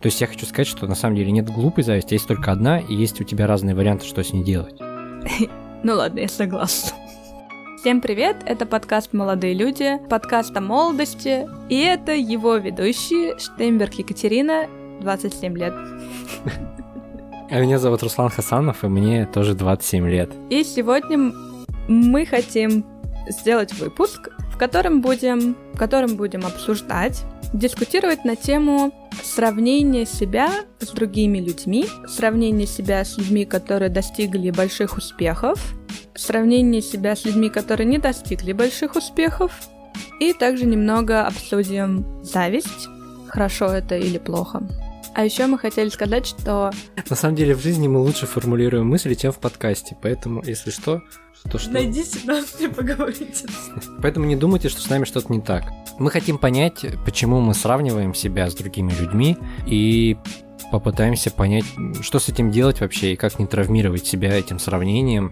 То есть я хочу сказать, что на самом деле нет глупой зависти, есть только одна, и есть у тебя разные варианты, что с ней делать. Ну ладно, я согласна. Всем привет, это подкаст «Молодые люди», подкаст о молодости, и это его ведущие Штейнберг Екатерина, 27 лет. А меня зовут Руслан Хасанов, и мне тоже 27 лет. И сегодня мы хотим сделать выпуск, в котором будем обсуждать, дискутировать на тему сравнения себя с другими людьми, сравнения себя с людьми, которые достигли больших успехов, сравнение себя с людьми, которые не достигли больших успехов, и также немного обсудим зависть, хорошо это или плохо. А еще мы хотели сказать, что... На самом деле в жизни мы лучше формулируем мысли, чем в подкасте, поэтому, если что... Найдите нас и поговорите. Поэтому не думайте, что с нами что-то не так. Мы хотим понять, почему мы сравниваем себя с другими людьми, и попытаемся понять, что с этим делать вообще, и как не травмировать себя этим сравнением.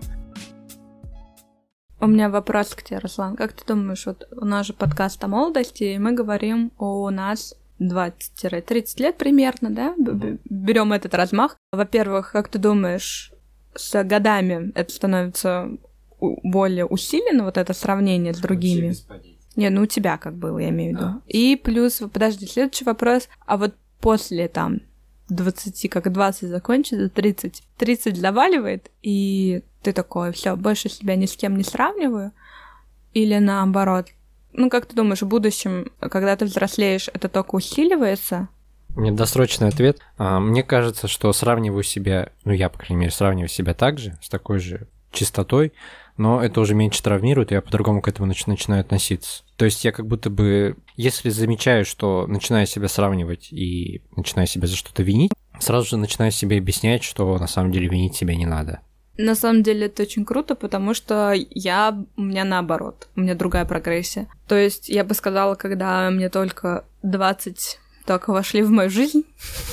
У меня вопрос к тебе, Руслан. Как ты думаешь, вот у нас же подкаст о молодости, и мы говорим о нас 20-30 лет примерно, да? Берем этот размах. Во-первых, как ты думаешь, с годами это становится более усилено, вот это сравнение с другими? Не, ну у тебя как было, я имею в виду. И плюс, подожди, следующий вопрос. А вот после там 20, как 20 закончится, 30 заваливает, и ты такой, все, больше себя ни с кем не сравниваю? Или наоборот? Ну, как ты думаешь, в будущем, когда ты взрослеешь, это только усиливается? У меня досрочный ответ. Мне кажется, что сравниваю себя, ну я, по крайней мере, сравниваю себя так же, с такой же чистотой, но это уже меньше травмирует, и я по-другому к этому начинаю относиться. То есть я как будто бы, если замечаю, что начинаю себя сравнивать и начинаю себя за что-то винить, сразу же начинаю себе объяснять, что на самом деле винить себя не надо. На самом деле это очень круто, потому что у меня наоборот, у меня другая прогрессия. То есть я бы сказала, когда мне только 20 только вошли в мою жизнь,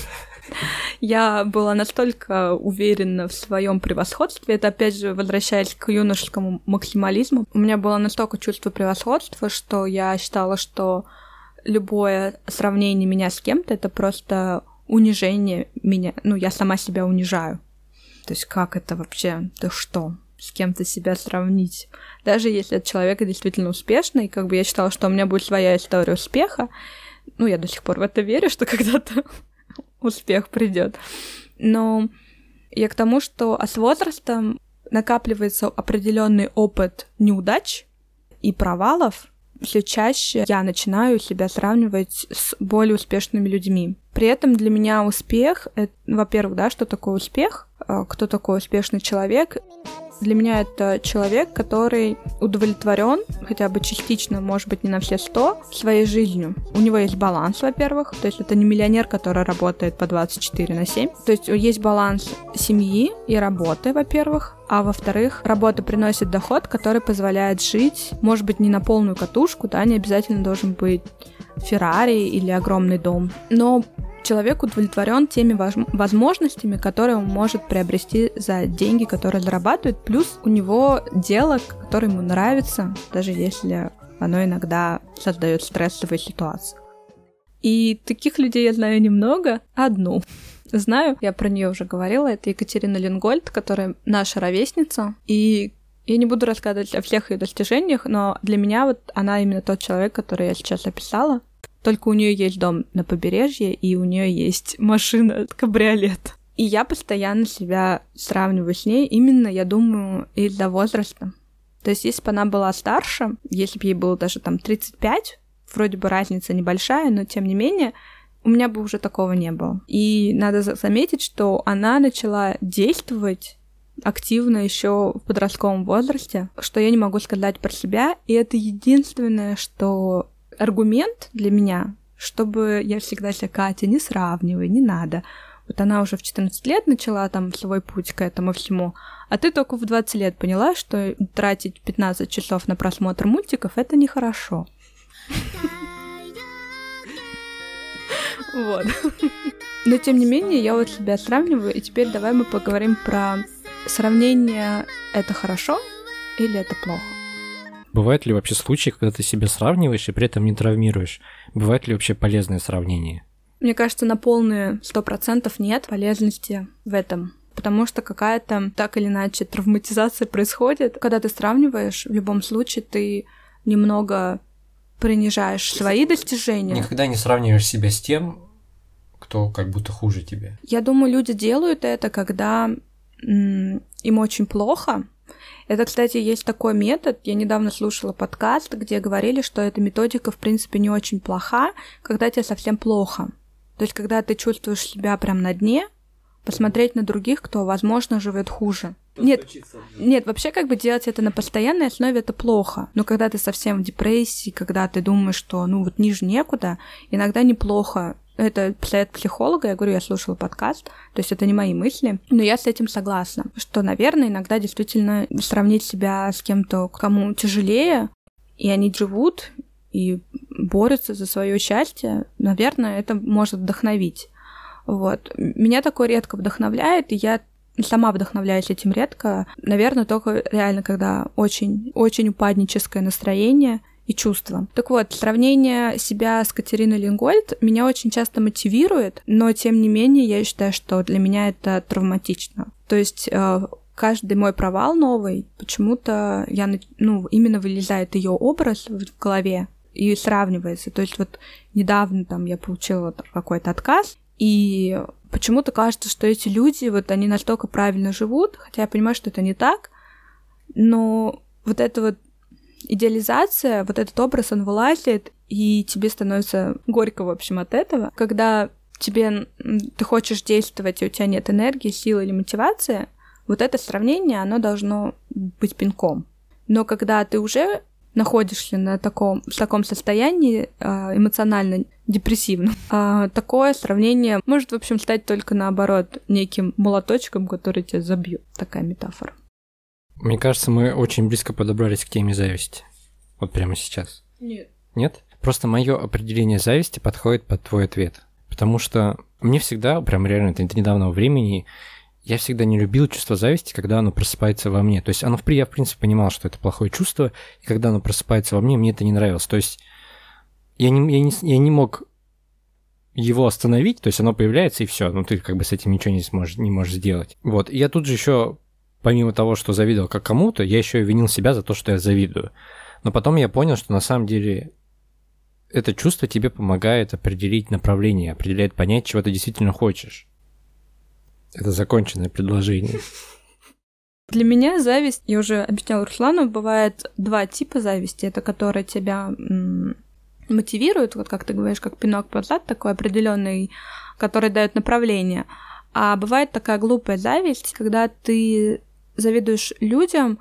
я была настолько уверена в своем превосходстве, это опять же возвращаясь к юношескому максимализму, у меня было настолько чувство превосходства, что я считала, что любое сравнение меня с кем-то — это просто унижение меня, ну я сама себя унижаю. То есть как это вообще? Ты что? С кем-то себя сравнить? Даже если этот человек действительно успешный, как бы я считала, что у меня будет своя история успеха, ну, я до сих пор в это верю, что когда-то успех придет. Но я к тому, что с возрастом накапливается определенный опыт неудач и провалов. Все чаще я начинаю себя сравнивать с более успешными людьми. При этом для меня успех, это, во-первых, да, что такое успех, кто такой успешный человек. Для меня это человек, который удовлетворен, хотя бы частично, может быть, не на все 100, своей жизнью. У него есть баланс, во-первых, то есть это не миллионер, который работает по 24/7. То есть есть баланс семьи и работы, во-первых, а во-вторых, работа приносит доход, который позволяет жить, может быть, не на полную катушку, да, не обязательно должен быть Феррари или огромный дом, но человек удовлетворен теми возможностями, которые он может приобрести за деньги, которые зарабатывает, плюс у него дело, которое ему нравится, даже если оно иногда создает стрессовые ситуации. И таких людей я знаю немного, одну. Знаю, я про нее уже говорила, это Екатерина Лингольд, которая наша ровесница, и я не буду рассказывать о всех ее достижениях, но для меня вот она именно тот человек, который я сейчас описала. Только у нее есть дом на побережье, и у нее есть машина, кабриолет. И я постоянно себя сравниваю с ней, именно, я думаю, из-за возраста. То есть, если бы она была старше, если бы ей было даже там 35, вроде бы разница небольшая, но тем не менее, у меня бы уже такого не было. И надо заметить, что она начала действовать активно еще в подростковом возрасте, что я не могу сказать про себя, и это единственное, что... аргумент для меня, чтобы я всегда себя: Катя, не сравнивай, не надо. Вот она уже в 14 лет начала там свой путь к этому всему, а ты только в 20 лет поняла, что тратить 15 часов на просмотр мультиков — это нехорошо. Вот. Но тем не менее, я вот себя сравниваю, и теперь давай мы поговорим про сравнение: это хорошо или это плохо. Бывают ли вообще случаи, когда ты себя сравниваешь и при этом не травмируешь? Бывает ли вообще полезное сравнение? Мне кажется, на полные 100% нет полезности в этом. Потому что какая-то, так или иначе, травматизация происходит. Когда ты сравниваешь, в любом случае ты немного принижаешь свои достижения. Никогда не сравниваешь себя с тем, кто как будто хуже тебя. Я думаю, люди делают это, когда им очень плохо. Это, кстати, есть такой метод. Я недавно слушала подкаст, где говорили, что эта методика, в принципе, не очень плоха, когда тебе совсем плохо. То есть, когда ты чувствуешь себя прям на дне, посмотреть на других, кто, возможно, живет хуже. Нет, вообще как бы делать это на постоянной основе это плохо. Но когда ты совсем в депрессии, когда ты думаешь, что ну вот ниже некуда, иногда неплохо. Это совет психолога, я говорю, я слушала подкаст, то есть это не мои мысли, но я с этим согласна, что, наверное, иногда действительно сравнить себя с кем-то, кому тяжелее, и они живут и борются за свое счастье, наверное, это может вдохновить. Вот. Меня такое редко вдохновляет, и я сама вдохновляюсь этим редко. Наверное, только реально, когда очень упадническое настроение и чувства. Так вот, сравнение себя с Катериной Ленгольд меня очень часто мотивирует, но тем не менее я считаю, что для меня это травматично. То есть каждый мой провал новый, почему-то именно вылезает ее образ в голове и сравнивается. То есть вот недавно там я получила какой-то отказ, и почему-то кажется, что эти люди, вот они настолько правильно живут, хотя я понимаю, что это не так, но вот эта вот идеализация, вот этот образ, он вылазит, и тебе становится горько, в общем, от этого. Когда ты хочешь действовать, и у тебя нет энергии, силы или мотивации, вот это сравнение, оно должно быть пинком. Но когда ты уже находишься в таком состоянии эмоционально депрессивном, такое сравнение может, в общем, стать только наоборот неким молоточком, который тебя забьет. Такая метафора. Мне кажется, мы очень близко подобрались к теме зависти. Вот прямо сейчас. Нет. Нет? Просто мое определение зависти подходит под твой ответ. Потому что мне всегда, прям реально, это недавнего времени, я всегда не любил чувство зависти, когда оно просыпается во мне. То есть я, в принципе, понимал, что это плохое чувство, и когда оно просыпается во мне это не нравилось. То есть я не мог его остановить, то есть оно появляется, и все, ты как бы с этим ничего не можешь сделать. Вот, и я тут же еще, помимо того, что завидовал как кому-то, я еще и винил себя за то, что я завидую. Но потом я понял, что на самом деле это чувство тебе помогает определить направление, определяет понять, чего ты действительно хочешь. Это законченное предложение. Для меня зависть, я уже объясняла Руслану, бывает два типа зависти. Это которая тебя мотивирует, вот как ты говоришь, как пинок под зад такой определенный, который дает направление. А бывает такая глупая зависть, когда ты завидуешь людям,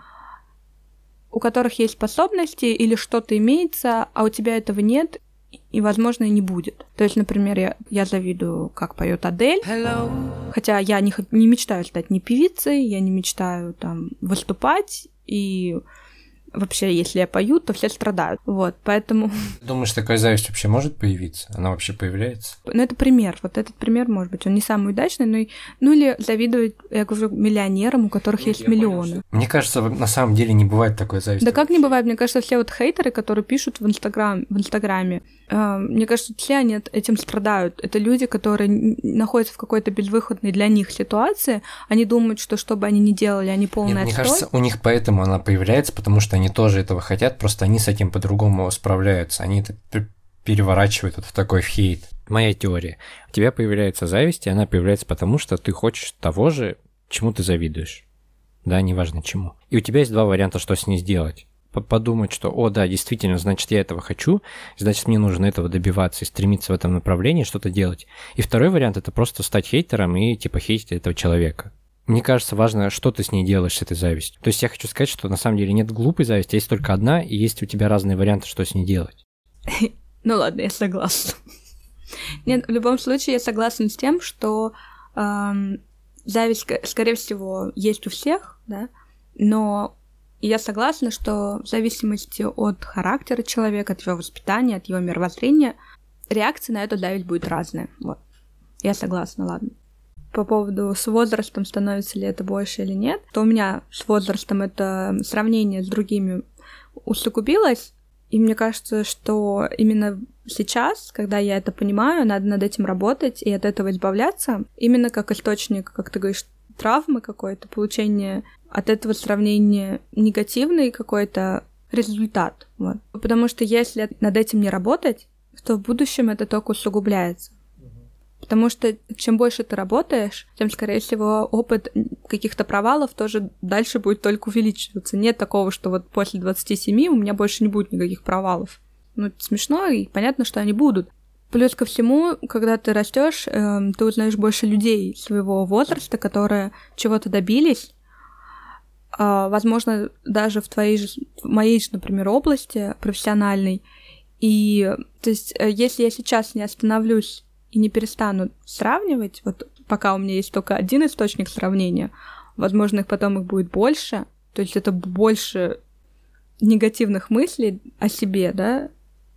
у которых есть способности или что-то имеется, а у тебя этого нет и, возможно, и не будет. То есть, например, я завидую, как поет Адель, хотя я не мечтаю стать ни певицей, я не мечтаю там выступать, и вообще, если я пою, то все страдают. Вот, поэтому... Думаешь, такая зависть вообще может появиться? Она вообще появляется? Ну, это пример. Вот этот пример, может быть, он не самый удачный, но... Ну, или завидовать, я говорю, миллионерам, у которых есть миллионы. Мне кажется, на самом деле не бывает такой зависти. Да как не бывает? Мне кажется, все вот хейтеры, которые пишут в Инстаграме, мне кажется, все они этим страдают. Это люди, которые находятся в какой-то безвыходной для них ситуации. Они думают, что бы они ни делали, они полные отстой. Мне кажется, у них поэтому она появляется, потому что они тоже этого хотят, просто они с этим по-другому справляются. Они это переворачивают в такой хейт. Моя теория. У тебя появляется зависть, и она появляется потому, что ты хочешь того же, чему ты завидуешь. Да, неважно чему. И у тебя есть два варианта, что с ней сделать. Подумать, что, да, действительно, значит, я этого хочу, значит, мне нужно этого добиваться и стремиться в этом направлении, что-то делать. И второй вариант – это просто стать хейтером и, хейтить этого человека. Мне кажется, важно, что ты с ней делаешь, с этой завистью. То есть я хочу сказать, что на самом деле нет глупой зависти, есть только одна, и есть у тебя разные варианты, что с ней делать. Ну ладно, я согласна. Нет, в любом случае я согласна с тем, что зависть, скорее всего, есть у всех, да, но я согласна, что в зависимости от характера человека, от его воспитания, от его мировоззрения, реакция на эту зависть будет разная. Вот. Я согласна, ладно. По поводу с возрастом, становится ли это больше или нет, то у меня с возрастом это сравнение с другими усугубилось, и мне кажется, что именно сейчас, когда я это понимаю, надо над этим работать и от этого избавляться, именно как источник, как ты говоришь, травмы какой-то, получение от этого сравнения негативный какой-то результат. Вот. Потому что если над этим не работать, то в будущем это только усугубляется. Потому что чем больше ты работаешь, тем, скорее всего, опыт каких-то провалов тоже дальше будет только увеличиваться. Нет такого, что вот после 27 у меня больше не будет никаких провалов. Ну, это смешно, и понятно, что они будут. Плюс ко всему, когда ты растешь, ты узнаешь больше людей своего возраста, которые чего-то добились. Возможно, даже в моей же, например, области профессиональной. И, то есть, если я сейчас не остановлюсь и не перестану сравнивать, вот пока у меня есть только один источник сравнения, возможно, потом их будет больше, то есть это больше негативных мыслей о себе, да,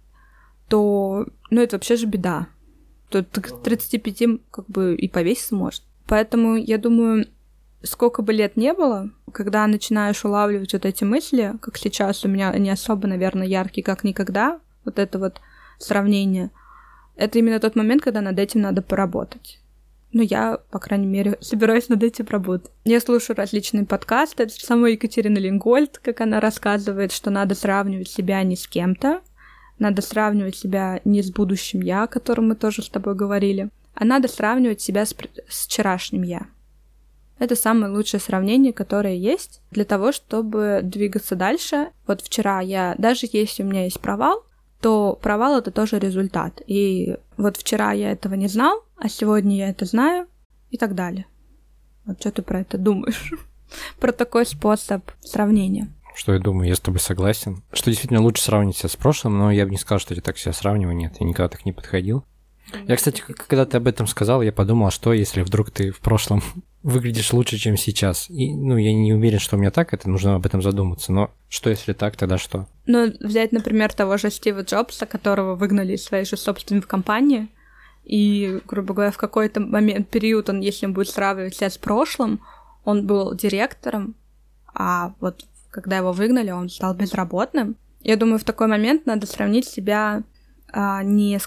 то, ну, это вообще же беда. То к 35 как бы и повеситься может. Поэтому, я думаю, сколько бы лет не было, когда начинаешь улавливать вот эти мысли, как сейчас у меня они особо, наверное, яркие, как никогда, вот это вот сравнение, это именно тот момент, когда над этим надо поработать. Ну, я, по крайней мере, собираюсь над этим работать. Я слушаю различные подкасты. Это самой Екатерины Лингольд, как она рассказывает, что надо сравнивать себя не с кем-то, надо сравнивать себя не с будущим я, о котором мы тоже с тобой говорили, а надо сравнивать себя с вчерашним я. Это самое лучшее сравнение, которое есть для того, чтобы двигаться дальше. Вот вчера даже если у меня есть провал, то провал — это тоже результат. И вот вчера я этого не знал, а сегодня я это знаю, и так далее. Вот что ты про это думаешь? Про такой способ сравнения. Что я думаю, я с тобой согласен. Что действительно лучше сравнить себя с прошлым, но я бы не сказал, что я так себя сравниваю, нет, я никогда так не подходил. Я, кстати, когда ты об этом сказал, я подумал, а что, если вдруг ты в прошлом выглядишь лучше, чем сейчас? И, ну, я не уверен, что у меня так, это нужно об этом задуматься, но что, если так, тогда что? Ну, взять, например, того же Стива Джобса, которого выгнали из своей же собственной компании, и, грубо говоря, в какой-то период он, если он будет сравнивать себя с прошлым, он был директором, а вот когда его выгнали, он стал безработным. Я думаю, в такой момент надо сравнить себя не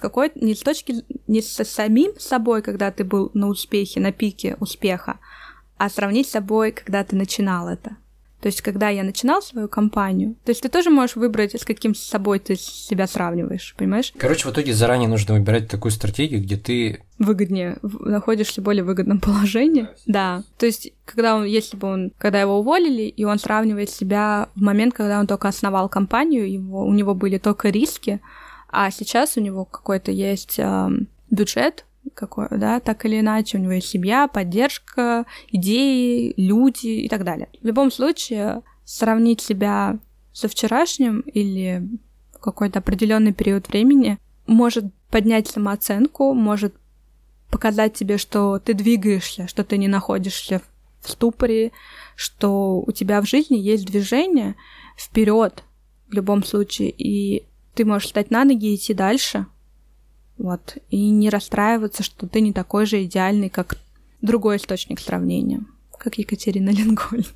со самим собой, когда ты был на успехе, на пике успеха, а сравнить с собой, когда ты начинал это. То есть, когда я начинал свою компанию, то есть ты тоже можешь выбрать, с каким собой ты себя сравниваешь, понимаешь? Короче, в итоге заранее нужно выбирать такую стратегию, где ты выгоднее, находишься в более выгодном положении. Да. То есть, когда его уволили, и он сравнивает себя в момент, когда он только основал компанию, у него были только риски, а сейчас у него какой-то есть бюджет, какой, да, так или иначе, у него есть семья, поддержка, идеи, люди и так далее. В любом случае, сравнить себя со вчерашним или в какой-то определенный период времени может поднять самооценку, может показать тебе, что ты двигаешься, что ты не находишься в ступоре, что у тебя в жизни есть движение вперед в любом случае, и ты можешь встать на ноги и идти дальше. Вот. И не расстраиваться, что ты не такой же идеальный, как другой источник сравнения, как Екатерина Лингольд.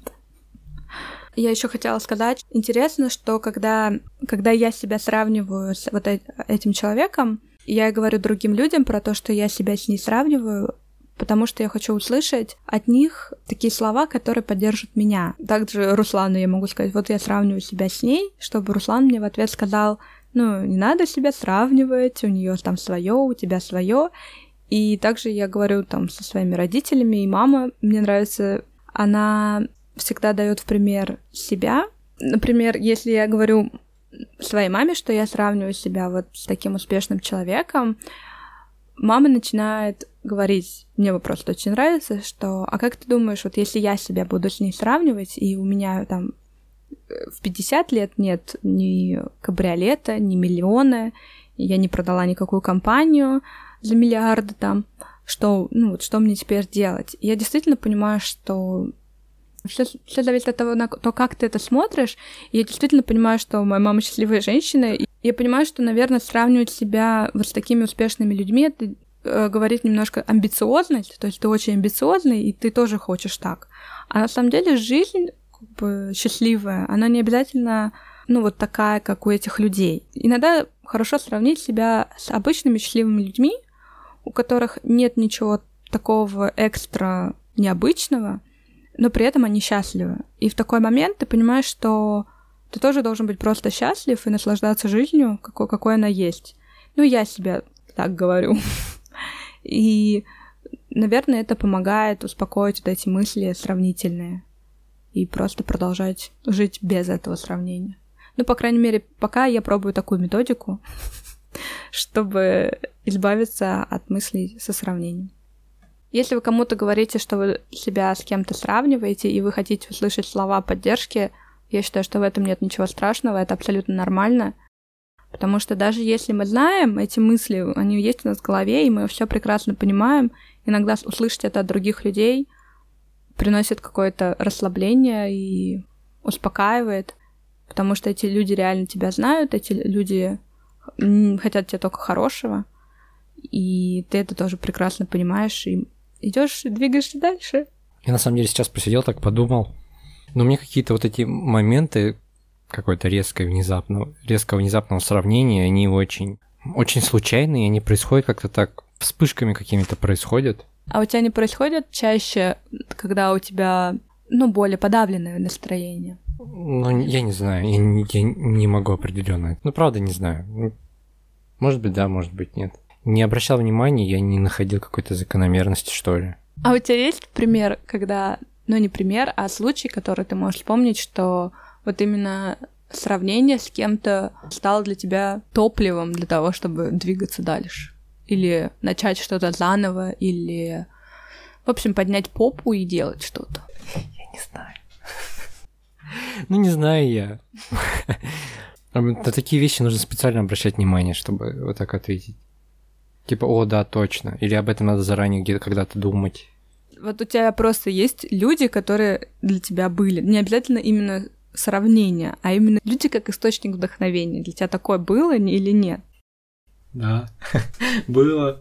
Я еще хотела сказать, интересно, что когда я себя сравниваю с вот этим человеком, я говорю другим людям про то, что я себя с ней сравниваю, потому что я хочу услышать от них такие слова, которые поддержат меня. Также Руслану я могу сказать, вот я сравниваю себя с ней, чтобы Руслан мне в ответ сказал: ну, не надо себя сравнивать, у нее там свое, у тебя свое. И также я говорю там со своими родителями, и мама, мне нравится, она всегда дает в пример себя. Например, если я говорю своей маме, что я сравниваю себя вот с таким успешным человеком, мама начинает говорить, мне просто очень нравится, что, а как ты думаешь, вот если я себя буду с ней сравнивать, и у меня там в 50 лет нет ни кабриолета, ни миллиона, я не продала никакую компанию за миллиарды там, что мне теперь делать? И я действительно понимаю, что все зависит от того, на то, как ты это смотришь. И я действительно понимаю, что моя мама счастливая женщина, и я понимаю, что, наверное, сравнивать себя вот с такими успешными людьми, это говорит немножко амбициозность, то есть ты очень амбициозный, и ты тоже хочешь так. А на самом деле жизнь как бы счастливая, она не обязательно вот такая, как у этих людей. Иногда хорошо сравнить себя с обычными счастливыми людьми, у которых нет ничего такого экстра необычного, но при этом они счастливы. И в такой момент ты понимаешь, что ты тоже должен быть просто счастлив и наслаждаться жизнью, какой она есть. Я себе так говорю. И, наверное, это помогает успокоить вот эти мысли сравнительные и просто продолжать жить без этого сравнения. По крайней мере, пока я пробую такую методику, чтобы избавиться от мыслей со сравнением. Если вы кому-то говорите, что вы себя с кем-то сравниваете, и вы хотите услышать слова поддержки, я считаю, что в этом нет ничего страшного, это абсолютно нормально. Потому что даже если мы знаем эти мысли, они есть у нас в голове, и мы все прекрасно понимаем, иногда услышать это от других людей приносит какое-то расслабление и успокаивает, потому что эти люди реально тебя знают, эти люди хотят тебе только хорошего, и ты это тоже прекрасно понимаешь, и идешь, двигаешься дальше. Я на самом деле сейчас посидел, так подумал, но мне какие-то вот эти моменты какой-то резкого внезапного сравнения, они очень случайные, они происходят как-то так, вспышками какими-то происходят. А у тебя не происходят чаще, когда у тебя, более подавленное настроение? Я не знаю, я не могу определенно. Правда, не знаю. Может быть, да, может быть, нет. Не обращал внимания, я не находил какой-то закономерности, что ли. А у тебя есть пример, когда, не пример, а случай, который ты можешь вспомнить, что вот именно сравнение с кем-то стало для тебя топливом для того, чтобы двигаться дальше? Или начать что-то заново, или, в общем, поднять попу и делать что-то? Я не знаю. Не знаю я. На такие вещи нужно специально обращать внимание, чтобы вот так ответить. О, да, точно. Или об этом надо заранее где-то когда-то думать. Вот у тебя просто есть люди, которые для тебя были. Не обязательно именно сравнение, а именно люди как источник вдохновения. Для тебя такое было или нет? Да, было.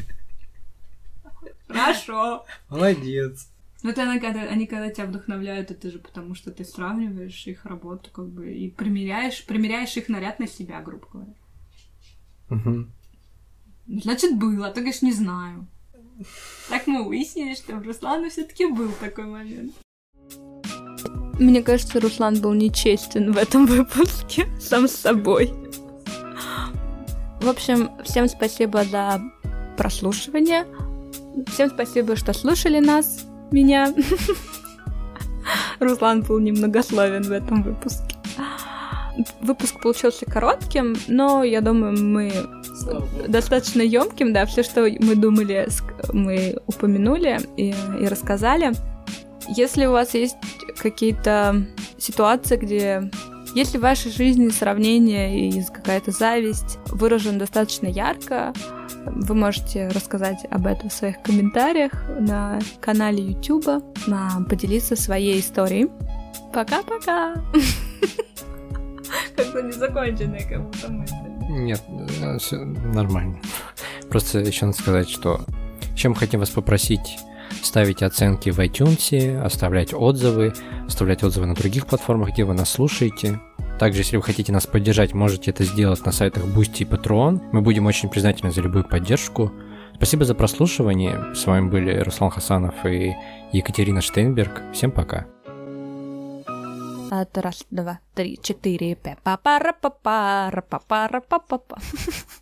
Хорошо. Молодец. Они когда тебя вдохновляют, это же потому, что ты сравниваешь их работу, и примеряешь их наряд на себя, грубо говоря. Угу. Значит, было, а то, конечно, не знаю. Так мы выяснили, что у Руслана все-таки был такой момент. Мне кажется, Руслан был нечестен в этом выпуске сам с собой. В общем, всем спасибо за прослушивание. Всем спасибо, что слушали меня. Руслан был немногословен в этом выпуске. Выпуск получился коротким, но, я думаю, мы достаточно ёмким, да, все, что мы думали, мы упомянули и рассказали. Если у вас есть какие-то ситуации, где... Если в вашей жизни сравнение и какая-то зависть выражена достаточно ярко, вы можете рассказать об этом в своих комментариях на канале YouTube, поделиться своей историей. Пока-пока! Как-то незаконченная как будто мысль. Нет, все нормально. Просто еще надо сказать, что еще мы хотим вас попросить ставить оценки в iTunes, оставлять отзывы на других платформах, где вы нас слушаете. Также, если вы хотите нас поддержать, можете это сделать на сайтах Boosty и Patreon. Мы будем очень признательны за любую поддержку. Спасибо за прослушивание. С вами были Руслан Хасанов и Екатерина Штейнберг. Всем пока. Раз, два, три, четыре, пя-па-пара-па-пара-па-пара-па-па-па.